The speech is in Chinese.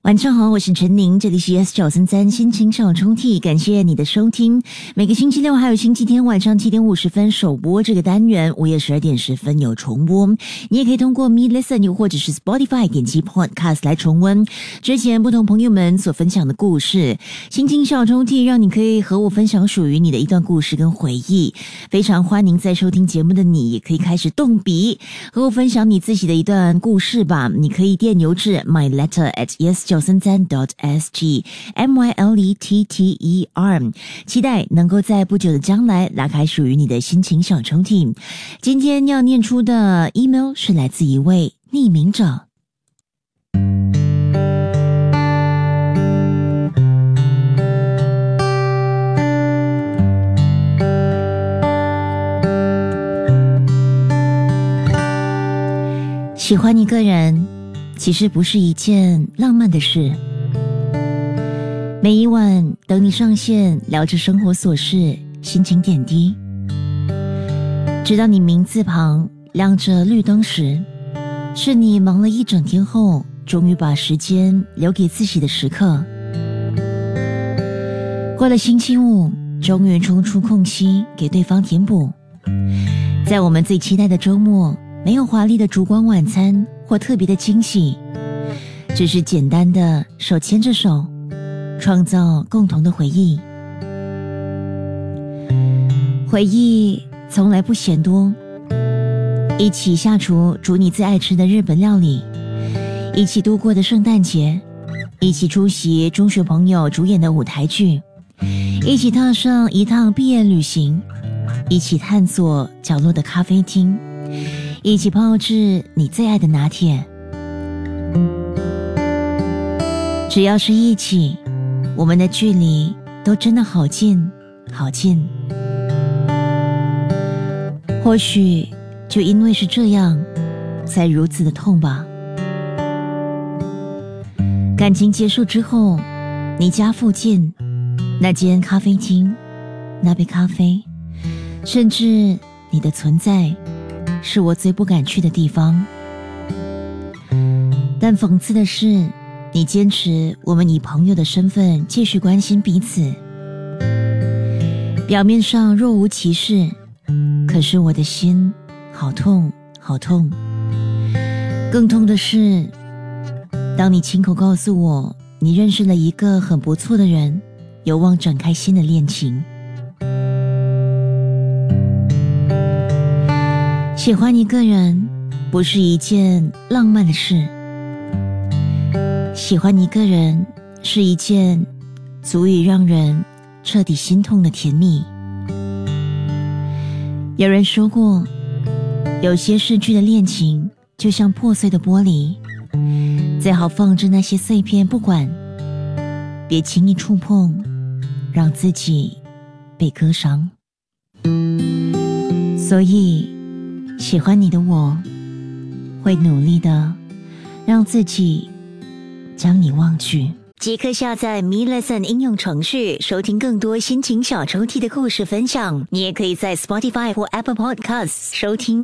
晚上好，我是陈宁，这里是 S933 心情小冲屉，感谢你的收听。每个星期六还有星期天晚上7点50分首播这个单元，午夜12点10分有重播。你也可以通过 Me Listen 又或者是 Spotify 点击 Podcast 来重温之前不同朋友们所分享的故事。心情小冲屉让你可以和我分享属于你的一段故事跟回忆。非常欢迎在收听节目的你也可以开始动笔和我分享你自己的一段故事吧。你可以电邮至 myletter@yes933.sg myletter， 期待能够在不久的将来拉开属于你的心情小抽屉。今天要念出的 email 是来自一位匿名者。喜欢一个人其实不是一件浪漫的事，每一晚等你上线，聊着生活琐事心情点滴，直到你名字旁亮着绿灯时，是你忙了一整天后终于把时间留给自己的时刻。过了星期五，终于抽出空隙给对方填补。在我们最期待的周末，没有华丽的烛光晚餐或特别的惊喜，只是简单的手牵着手，创造共同的回忆。回忆从来不嫌多，一起下厨煮你最爱吃的日本料理，一起度过的圣诞节，一起出席中学朋友主演的舞台剧，一起踏上一趟毕业旅行，一起探索角落的咖啡厅，一起泡制你最爱的拿铁。只要是一起，我们的距离都真的好近好近。或许就因为是这样，才如此的痛吧。感情结束之后，你家附近那间咖啡厅，那杯咖啡，甚至你的存在，是我最不敢去的地方。但讽刺的是，你坚持我们以朋友的身份继续关心彼此，表面上若无其事，可是我的心好痛好痛。更痛的是，当你亲口告诉我你认识了一个很不错的人，有望展开新的恋情。喜欢一个人不是一件浪漫的事，喜欢一个人是一件足以让人彻底心痛的甜蜜。有人说过，有些逝去的恋情就像破碎的玻璃，最好放置那些碎片不管，别轻易触碰，让自己被割伤。所以喜欢你的我会努力的让自己将你忘去。即刻下载 Me Listen 应用程序，收听更多心情小抽屉的故事分享。你也可以在 Spotify 或 Apple Podcasts 收听。